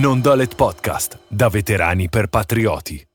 Non-Dolet Podcast, da veterani per patrioti.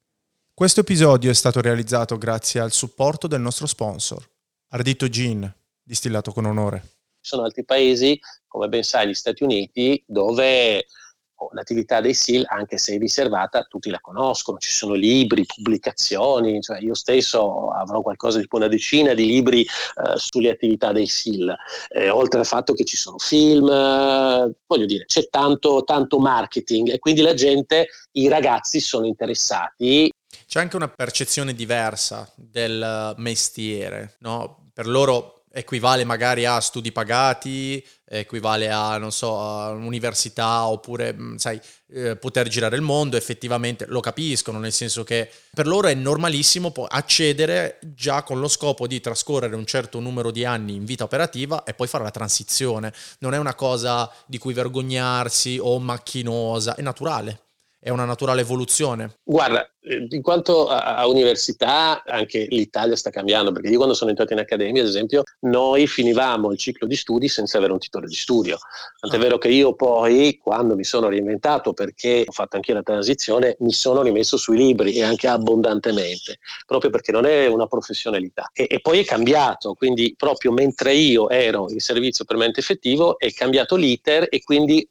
Questo episodio è stato realizzato grazie al supporto del nostro sponsor, Ardito Gin, distillato con onore. Ci sono altri paesi, come ben sai, gli Stati Uniti, dove l'attività dei SEAL, anche se è riservata, tutti la conoscono, ci sono libri, pubblicazioni, cioè io stesso avrò qualcosa tipo una decina di libri sulle attività dei SEAL, oltre al fatto che ci sono film, voglio dire, c'è tanto marketing e quindi la gente, i ragazzi sono interessati. C'è anche una percezione diversa del mestiere, no? Per loro equivale magari a studi pagati, equivale a, non so, a un'università, oppure, sai, poter girare il mondo. Effettivamente lo capiscono, nel senso che per loro è normalissimo accedere già con lo scopo di trascorrere un certo numero di anni in vita operativa e poi fare la transizione. Non è una cosa di cui vergognarsi o macchinosa, è naturale. È una naturale evoluzione. Guarda, in quanto a università, anche l'Italia sta cambiando, perché io quando sono entrato in accademia, ad esempio, noi finivamo il ciclo di studi senza avere un titolo di studio. Tant'è vero che io poi, quando mi sono reinventato, perché ho fatto anche la transizione, mi sono rimesso sui libri, e anche abbondantemente, proprio perché non è una professionalità. E poi è cambiato, quindi proprio mentre io ero in servizio permanente effettivo, è cambiato l'iter e quindi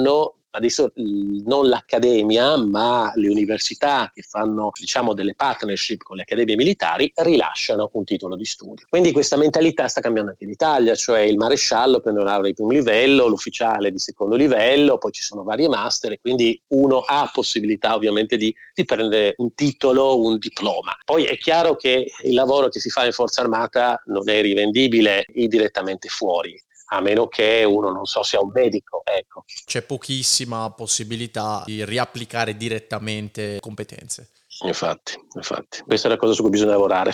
adesso non l'accademia, ma le università che fanno, diciamo, delle partnership con le accademie militari rilasciano un titolo di studio. Quindi questa mentalità sta cambiando anche in Italia, cioè il maresciallo prende una laurea di primo livello, l'ufficiale di secondo livello, poi ci sono varie master e quindi uno ha possibilità ovviamente di prendere un titolo, un diploma. Poi è chiaro che il lavoro che si fa in Forza Armata non è rivendibile direttamente fuori, a meno che uno non sia un medico, ecco. C'è pochissima possibilità di riapplicare direttamente competenze. Infatti, questa è la cosa su cui bisogna lavorare.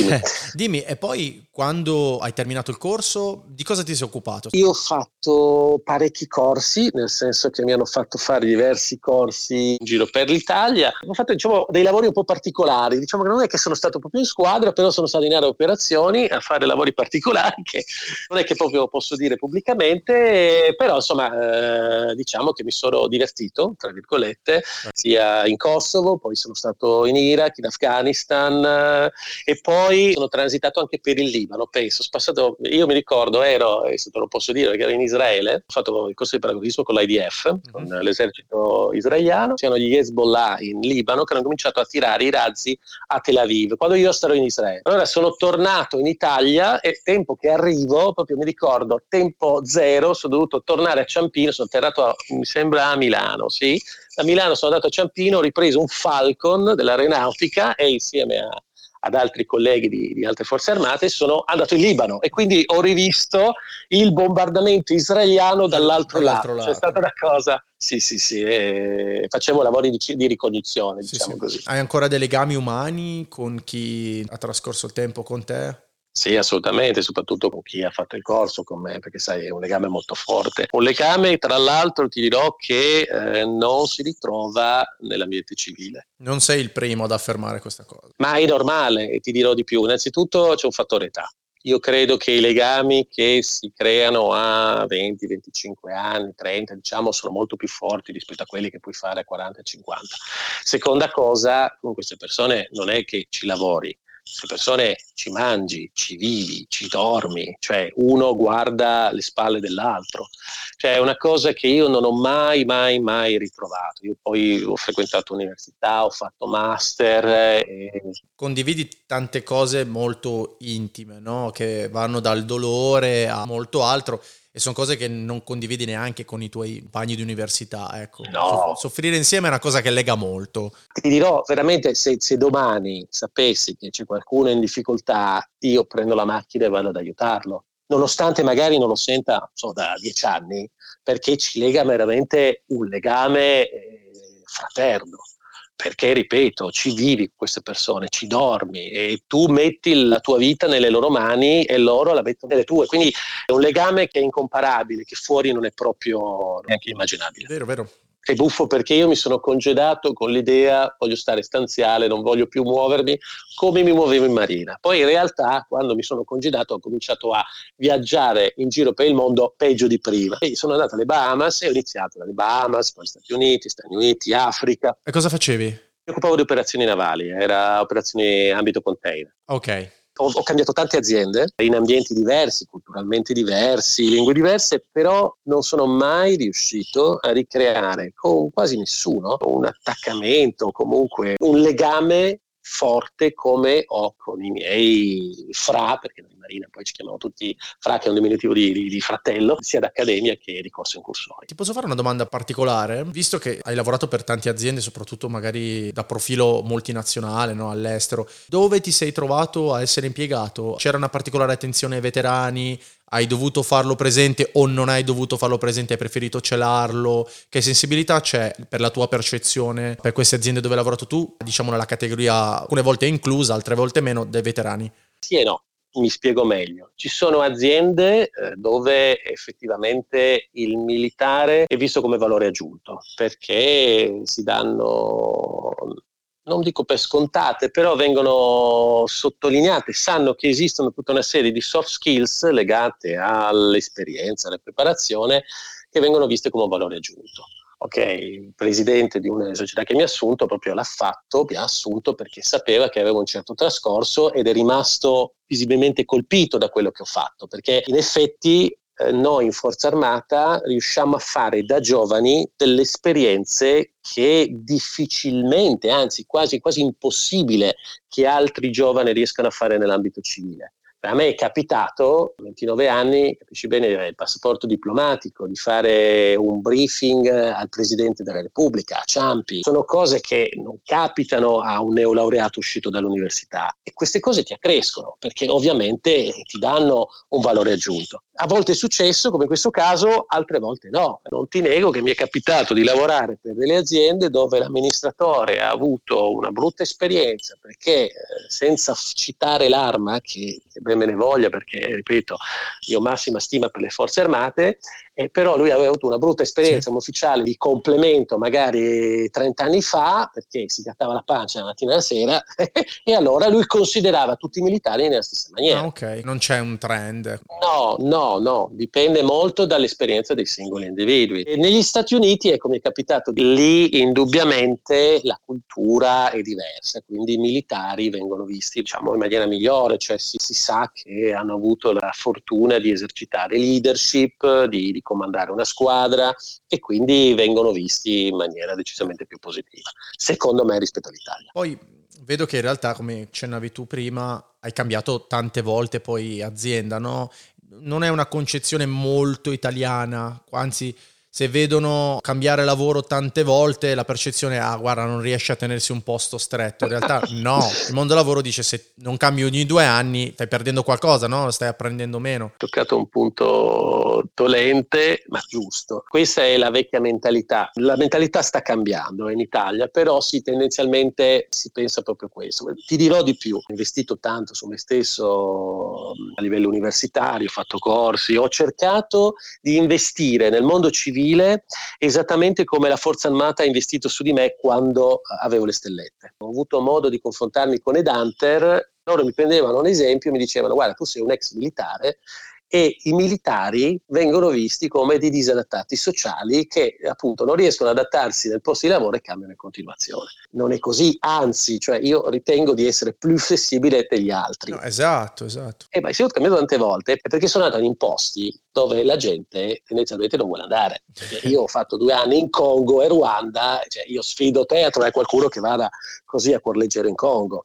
Dimmi, e poi quando hai terminato il corso, di cosa ti sei occupato? Io ho fatto parecchi corsi, nel senso che mi hanno fatto fare diversi corsi in giro per l'Italia. Ho fatto, diciamo, dei lavori un po' particolari, diciamo che non è che sono stato proprio in squadra, però sono stato in area operazioni a fare lavori particolari che non è che proprio posso dire pubblicamente, però insomma diciamo che mi sono divertito, tra virgolette, sia in Kosovo, poi sono stato in Iraq, in Afghanistan e poi sono transitato anche per il Libano, penso. Io mi ricordo, adesso te lo posso dire perché ero in Israele, ho fatto il corso di paracadutismo con l'IDF, con l'esercito israeliano, c'erano gli Hezbollah in Libano che hanno cominciato a tirare i razzi a Tel Aviv, quando io ero in Israele. Allora sono tornato in Italia e tempo che arrivo, proprio mi ricordo, tempo zero, sono dovuto tornare a Ciampino, sono atterrato mi sembra a Milano, sì. Da Milano sono andato a Ciampino, ho ripreso un Falcon dell'aeronautica e insieme ad altri colleghi di altre forze armate sono andato in Libano e quindi ho rivisto il bombardamento israeliano dall'altro lato. C'è stata una cosa, sì, facevo lavori di ricognizione, diciamo così. Hai ancora dei legami umani con chi ha trascorso il tempo con te? Sì, assolutamente, soprattutto con chi ha fatto il corso con me, perché sai, è un legame molto forte. Un legame, tra l'altro, ti dirò che non si ritrova nell'ambiente civile. Non sei il primo ad affermare questa cosa. Ma è normale, e ti dirò di più. Innanzitutto c'è un fattore età. Io credo che i legami che si creano a 20, 25 anni, 30, diciamo, sono molto più forti rispetto a quelli che puoi fare a 40, 50. Seconda cosa, con queste persone non è che ci lavori. Queste persone ci mangi, ci vivi, ci dormi, cioè uno guarda le spalle dell'altro, cioè è una cosa che io non ho mai ritrovato. Io poi ho frequentato università, ho fatto master. Condividi tante cose molto intime, no? Che vanno dal dolore a molto altro. E sono cose che non condividi neanche con i tuoi compagni di università, ecco. No. Soffrire insieme è una cosa che lega molto. Ti dirò veramente, se domani sapessi che c'è qualcuno in difficoltà, io prendo la macchina e vado ad aiutarlo, nonostante magari non lo senta da 10 anni, perché ci lega veramente un legame fraterno. Perché, ripeto, ci vivi con queste persone, ci dormi e tu metti la tua vita nelle loro mani e loro la mettono nelle tue. Quindi è un legame che è incomparabile, che fuori non è proprio neanche immaginabile. Vero. È buffo perché io mi sono congedato con l'idea voglio stare stanziale, non voglio più muovermi come mi muovevo in marina. Poi in realtà quando mi sono congedato ho cominciato a viaggiare in giro per il mondo peggio di prima. E sono andato alle Bahamas e ho iniziato dalle Bahamas, poi Stati Uniti, Africa. E cosa facevi? Mi occupavo di operazioni navali, era operazioni ambito container. Ok. Ho cambiato tante aziende in ambienti diversi, culturalmente diversi, lingue diverse, però non sono mai riuscito a ricreare con quasi nessuno un attaccamento, comunque un legame forte come ho con i miei fra, perché in marina poi ci chiamano tutti fra, che è un diminutivo di fratello, sia d'accademia che di corso in cursori. Ti posso fare una domanda particolare? Visto che hai lavorato per tante aziende, soprattutto magari da profilo multinazionale, no, all'estero, dove ti sei trovato a essere impiegato? C'era una particolare attenzione ai veterani? Hai dovuto farlo presente o non hai dovuto farlo presente, hai preferito celarlo? Che sensibilità c'è per la tua percezione per queste aziende dove hai lavorato tu, diciamo nella categoria alcune volte inclusa, altre volte meno, dei veterani? Sì e no. Mi spiego meglio. Ci sono aziende dove effettivamente il militare è visto come valore aggiunto, perché si danno, non dico per scontate, però vengono sottolineate, sanno che esistono tutta una serie di soft skills legate all'esperienza, alla preparazione, che vengono viste come valore aggiunto. Ok, il presidente di una società che mi ha assunto proprio mi ha assunto perché sapeva che avevo un certo trascorso ed è rimasto visibilmente colpito da quello che ho fatto, perché in effetti noi in Forza Armata riusciamo a fare da giovani delle esperienze che difficilmente, anzi quasi impossibile che altri giovani riescano a fare nell'ambito civile. A me è capitato, a 29 anni, capisci bene, il passaporto diplomatico, di fare un briefing al Presidente della Repubblica, a Ciampi. Sono cose che non capitano a un neolaureato uscito dall'università e queste cose ti accrescono perché ovviamente ti danno un valore aggiunto. A volte è successo, come in questo caso, altre volte no. Non ti nego che mi è capitato di lavorare per delle aziende dove l'amministratore ha avuto una brutta esperienza perché, senza citare l'arma, che ben me ne voglia perché, ripeto, io ho massima stima per le forze armate, però lui aveva avuto una brutta esperienza, un ufficiale di complemento magari 30 anni fa, perché si grattava la pancia la mattina e la sera, e allora lui considerava tutti i militari nella stessa maniera. Ah, ok, non c'è un trend. No, dipende molto dall'esperienza dei singoli individui. E negli Stati Uniti, ecco, mi è capitato, lì indubbiamente la cultura è diversa, quindi i militari vengono visti, diciamo, in maniera migliore, cioè si sa che hanno avuto la fortuna di esercitare leadership, di comandare una squadra e quindi vengono visti in maniera decisamente più positiva, secondo me, rispetto all'Italia. Poi vedo che in realtà, come accennavi tu prima, hai cambiato tante volte poi azienda, no? Non è una concezione molto italiana, anzi, se vedono cambiare lavoro tante volte, la percezione è, guarda, non riesce a tenersi un posto stretto. In realtà no, il mondo del lavoro dice se non cambi ogni 2 anni stai perdendo qualcosa, no? Stai apprendendo meno. Toccato un punto dolente, ma giusto. Questa è la vecchia mentalità. La mentalità sta cambiando in Italia, però sì, tendenzialmente si pensa proprio questo. Ti dirò di più, ho investito tanto su me stesso a livello universitario, ho fatto corsi, ho cercato di investire nel mondo civile esattamente come la Forza Armata ha investito su di me quando avevo le stellette. Ho avuto modo di confrontarmi con Headhunter, loro mi prendevano un esempio e mi dicevano guarda, tu sei un ex militare e i militari vengono visti come dei disadattati sociali che appunto non riescono ad adattarsi nel posto di lavoro e cambiano in continuazione. Non è così, anzi, cioè io ritengo di essere più flessibile degli altri. No, esatto. Ma se ho cambiato tante volte è perché sono andato in posti dove la gente tendenzialmente non vuole andare. Perché io ho fatto 2 anni in Congo e Ruanda, cioè io sfido te a trovare qualcuno che vada così a cuor leggero in Congo.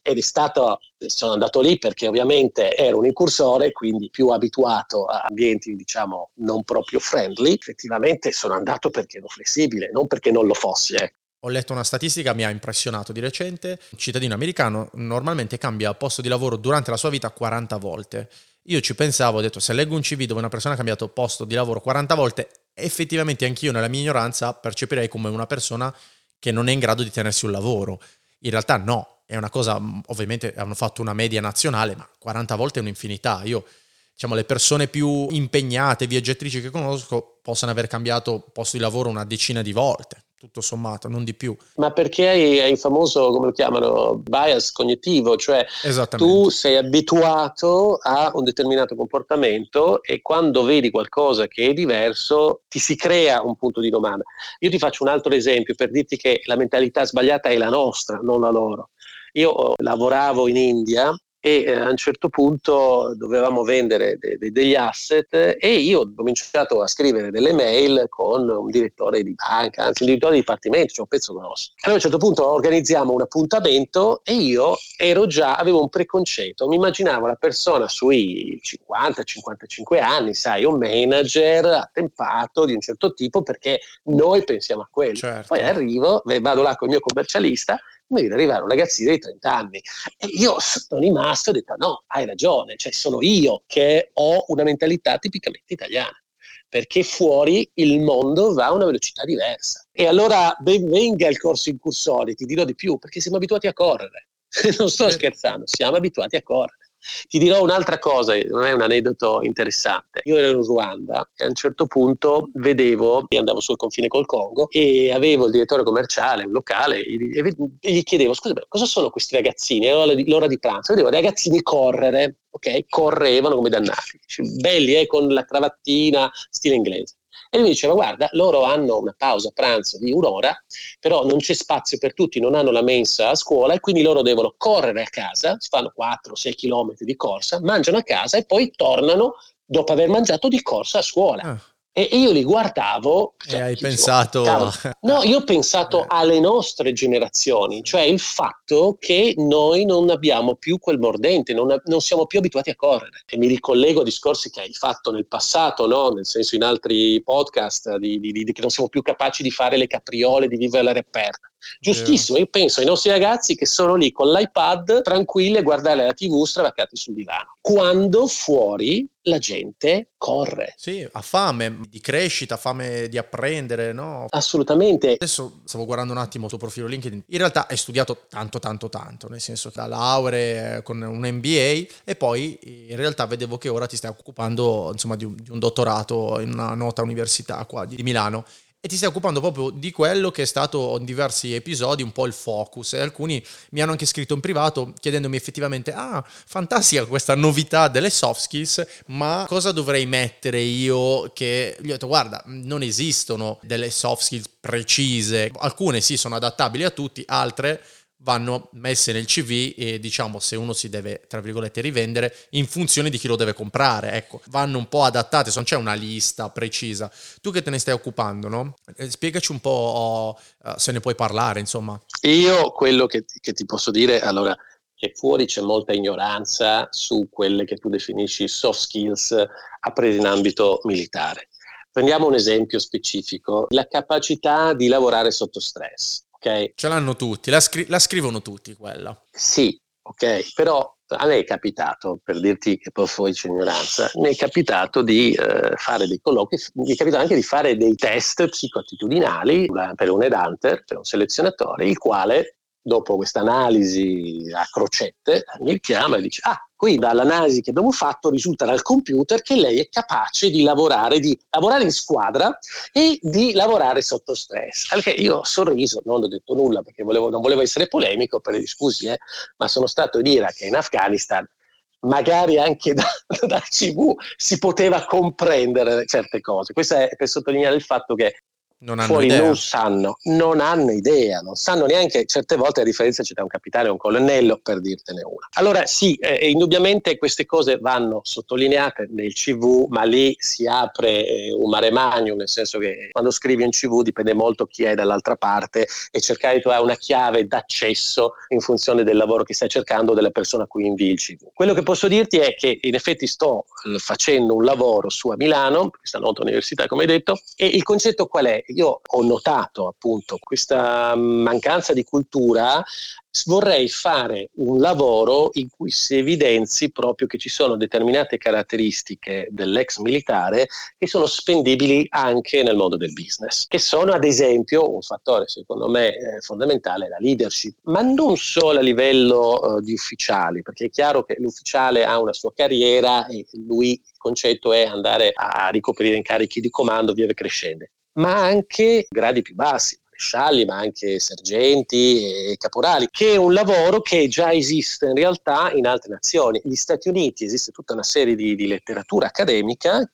Sono andato lì perché ovviamente ero un incursore, quindi più abituato a ambienti, diciamo, non proprio friendly. Effettivamente sono andato perché ero flessibile, non perché non lo fossi. Ho letto una statistica, mi ha impressionato di recente. Un cittadino americano normalmente cambia posto di lavoro durante la sua vita 40 volte. Io ci pensavo, ho detto, se leggo un CV dove una persona ha cambiato posto di lavoro 40 volte, effettivamente anch'io nella mia ignoranza percepirei come una persona che non è in grado di tenersi un lavoro. In realtà no, è una cosa, ovviamente hanno fatto una media nazionale, ma 40 volte è un'infinità. Io, diciamo, le persone più impegnate, viaggiatrici che conosco, possono aver cambiato posto di lavoro una decina di volte. tutto sommato, non di più. Ma perché hai il famoso, come lo chiamano, bias cognitivo, cioè tu sei abituato a un determinato comportamento e quando vedi qualcosa che è diverso ti si crea un punto di domanda. Io ti faccio un altro esempio per dirti che la mentalità sbagliata è la nostra, non la loro. Io lavoravo in India e a un certo punto dovevamo vendere degli asset e io ho cominciato a scrivere delle mail con un direttore di banca, anzi un direttore di dipartimento, cioè un pezzo grosso. Allora a un certo punto organizziamo un appuntamento e io avevo un preconcetto, mi immaginavo la persona sui 50-55 anni, sai, un manager attempato di un certo tipo perché noi pensiamo a quello. Certo. Poi arrivo, vado là con il mio commercialista, mi vede arrivare un ragazzino di 30 anni e io sono rimasto e ho detto no, hai ragione, cioè sono io che ho una mentalità tipicamente italiana, perché fuori il mondo va a una velocità diversa. E allora ben venga il corso incursori, ti dirò di più, perché siamo abituati a correre. Non sto scherzando, siamo abituati a correre. Ti dirò un'altra cosa, non è un aneddoto interessante. Io ero in Ruanda e a un certo punto andavo sul confine col Congo e avevo il direttore commerciale, un locale, e gli chiedevo, scusa, cosa sono questi ragazzini? Era l'ora di pranzo, vedevo ragazzini correre, ok? Correvano come dannati, belli, con la cravattina, stile inglese. E lui mi diceva, guarda, loro hanno una pausa pranzo di un'ora, però non c'è spazio per tutti, non hanno la mensa a scuola e quindi loro devono correre a casa, si fanno 4-6 chilometri di corsa, mangiano a casa e poi tornano dopo aver mangiato di corsa a scuola. E io li guardavo. E hai pensato... No, io ho pensato alle nostre generazioni, cioè il fatto che noi non abbiamo più quel mordente, non siamo più abituati a correre. E mi ricollego a discorsi che hai fatto nel passato, no? Nel senso in altri podcast, che non siamo più capaci di fare le capriole, di vivere all'aria aperta. Giustissimo, io penso ai nostri ragazzi che sono lì con l'iPad tranquilli a guardare la TV stravaccati sul divano, quando fuori la gente corre. Sì, ha fame di crescita, ha fame di apprendere, no? Assolutamente. Adesso stavo guardando un attimo il tuo profilo LinkedIn. In realtà hai studiato tanto, nel senso che la laurea con un MBA e poi in realtà vedevo che ora ti stai occupando, insomma, di un dottorato in una nota università qua di Milano. E ti stai occupando proprio di quello che è stato in diversi episodi un po' il focus, e alcuni mi hanno anche scritto in privato chiedendomi effettivamente fantastica questa novità delle soft skills, ma cosa dovrei mettere io? Che gli ho detto guarda, non esistono delle soft skills precise, alcune sì sono adattabili a tutti, altre vanno messe nel CV e diciamo se uno si deve tra virgolette rivendere in funzione di chi lo deve comprare, ecco, vanno un po' adattate, non c'è una lista precisa. Tu che te ne stai occupando, no? Spiegaci un po' se ne puoi parlare, insomma. Io quello che ti posso dire, allora, che fuori c'è molta ignoranza su quelle che tu definisci soft skills apprese in ambito militare. Prendiamo un esempio specifico, la capacità di lavorare sotto stress. Okay. Ce l'hanno tutti, la scrivono tutti quella. Sì, ok, però a me è capitato, per dirti che poi fuori c'è ignoranza, mi è capitato di fare dei colloqui, mi è capitato anche di fare dei test psicoattitudinali per un headhunter, per un selezionatore, il quale dopo questa analisi a crocette mi chiama e dice qui dall'analisi che abbiamo fatto risulta dal computer che lei è capace di lavorare in squadra e di lavorare sotto stress. Perché io ho sorriso, non ho detto nulla perché non volevo essere polemico, per scusi, ma sono stato in Iraq e in Afghanistan, magari anche dal CV si poteva comprendere certe cose. Questo è per sottolineare il fatto che fuori non hanno idea, non sanno neanche, certe volte la differenza c'è tra un capitano e un colonnello, per dirtene una. Allora sì, indubbiamente queste cose vanno sottolineate nel CV, ma lì si apre un mare magnum, nel senso che quando scrivi un CV dipende molto chi è dall'altra parte e cercare di trovare una chiave d'accesso in funzione del lavoro che stai cercando, della persona a cui invii il CV. Quello che posso dirti è che in effetti sto facendo un lavoro su a Milano, questa nota università come hai detto, e il concetto qual è? Io ho notato appunto questa mancanza di cultura, vorrei fare un lavoro in cui si evidenzi proprio che ci sono determinate caratteristiche dell'ex militare che sono spendibili anche nel mondo del business, che sono ad esempio un fattore secondo me fondamentale, la leadership, ma non solo a livello di ufficiali, perché è chiaro che l'ufficiale ha una sua carriera e lui il concetto è andare a ricoprire incarichi di comando via crescendo, ma anche gradi più bassi. marescialli, ma anche sergenti e caporali, che è un lavoro che già esiste in realtà in altre nazioni. Negli Stati Uniti esiste tutta una serie di letteratura accademica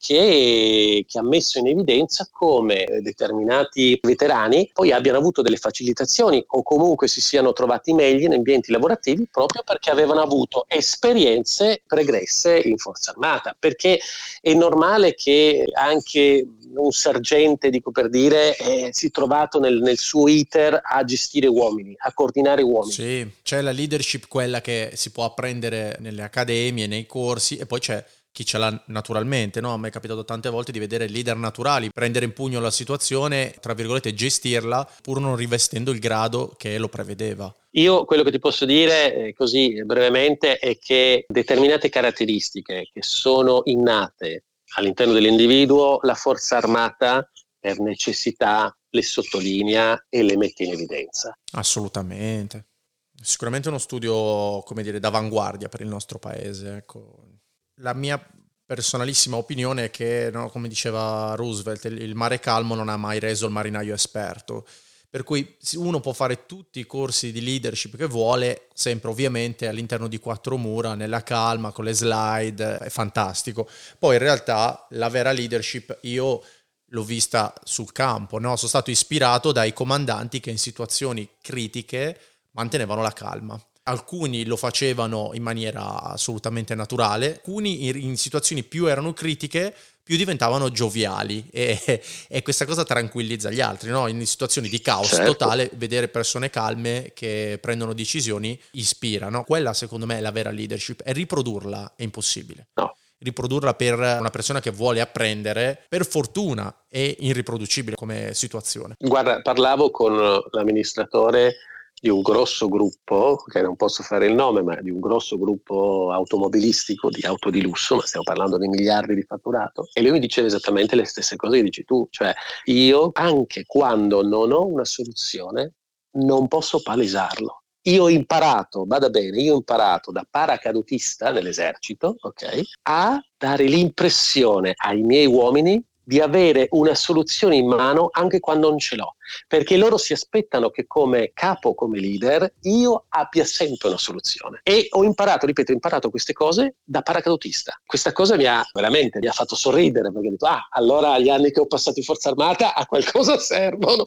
che ha messo in evidenza come determinati veterani poi abbiano avuto delle facilitazioni o comunque si siano trovati meglio in ambienti lavorativi proprio perché avevano avuto esperienze pregresse in forza armata, perché è normale che anche un sergente, dico per dire, si è trovato nel suo iter a gestire uomini, a coordinare uomini. Sì, c'è la leadership, quella che si può apprendere nelle accademie, nei corsi, e poi c'è chi ce l'ha naturalmente, no? A me è capitato tante volte di vedere leader naturali prendere in pugno la situazione, tra virgolette gestirla, pur non rivestendo il grado che lo prevedeva. Io quello che ti posso dire così brevemente è che determinate caratteristiche che sono innate all'interno dell'individuo, la forza armata per necessità le sottolinea e le mette in evidenza. Assolutamente. Sicuramente uno studio, come dire, d'avanguardia per il nostro paese, ecco. La mia personalissima opinione è che, no, come diceva Roosevelt, il mare calmo non ha mai reso il marinaio esperto. Per cui uno può fare tutti i corsi di leadership che vuole, sempre ovviamente all'interno di quattro mura, nella calma, con le slide, è fantastico. Poi in realtà la vera leadership io l'ho vista sul campo, no? Sono stato ispirato dai comandanti che in situazioni critiche mantenevano la calma. Alcuni lo facevano in maniera assolutamente naturale, alcuni in situazioni più erano critiche, più diventavano gioviali e questa cosa tranquillizza gli altri, no? In situazioni di caos totale, vedere persone calme che prendono decisioni ispira, no? Quella secondo me è la vera leadership, e riprodurla è impossibile. No. Riprodurla per una persona che vuole apprendere, per fortuna, è irriproducibile come situazione. Guarda, parlavo con l'amministratore di un grosso gruppo, che non posso fare il nome, ma di un grosso gruppo automobilistico, di auto di lusso, ma stiamo parlando di miliardi di fatturato, e lui mi diceva esattamente le stesse cose che dici tu, cioè io anche quando non ho una soluzione non posso palesarlo. Io ho imparato, bada bene, da paracadutista nell'esercito, ok, a dare l'impressione ai miei uomini di avere una soluzione in mano anche quando non ce l'ho, perché loro si aspettano che come capo, come leader, io abbia sempre una soluzione. E ho imparato queste cose da paracadutista. Questa cosa mi ha fatto sorridere, perché ho detto, allora gli anni che ho passato in Forza Armata a qualcosa servono.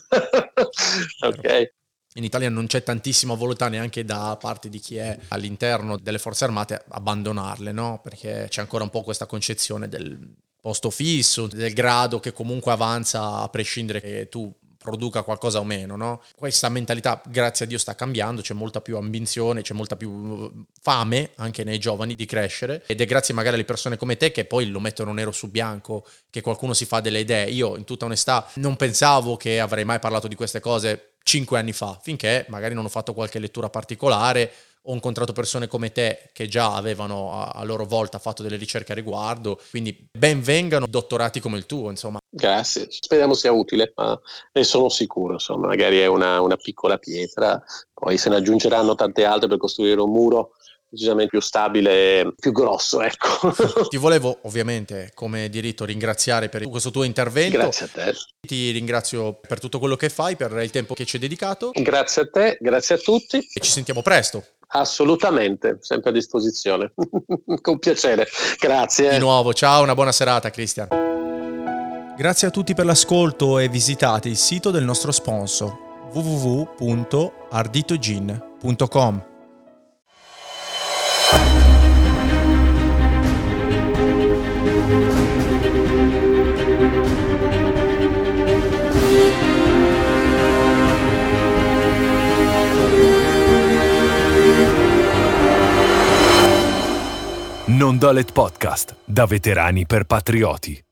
Ok. In Italia non c'è tantissima volontà neanche da parte di chi è all'interno delle forze armate abbandonarle, no? Perché c'è ancora un po' questa concezione del posto fisso, del grado che comunque avanza a prescindere che tu produca qualcosa o meno, no? Questa mentalità, grazie a Dio, sta cambiando, c'è molta più ambizione, c'è molta più fame anche nei giovani di crescere, ed è grazie magari alle persone come te che poi lo mettono nero su bianco, che qualcuno si fa delle idee. Io, in tutta onestà, non pensavo che avrei mai parlato di queste cose 5 anni fa, finché magari non ho fatto qualche lettura particolare, ho incontrato persone come te che già avevano a loro volta fatto delle ricerche a riguardo, quindi ben vengano dottorati come il tuo, insomma. Grazie, speriamo sia utile, ma ne sono sicuro, insomma, magari è una piccola pietra, poi se ne aggiungeranno tante altre per costruire un muro decisamente più stabile, più grosso, ecco. Ti volevo ovviamente, come diritto, ringraziare per questo tuo intervento. Grazie a te. Ti ringrazio per tutto quello che fai, per il tempo che ci hai dedicato. Grazie a te, grazie a tutti. E ci sentiamo presto. Assolutamente, sempre a disposizione. Con piacere, grazie. Di nuovo, ciao, una buona serata, Christian. Grazie a tutti per l'ascolto e visitate il sito del nostro sponsor www.arditojin.com. Non Dolet Podcast, da veterani per patrioti.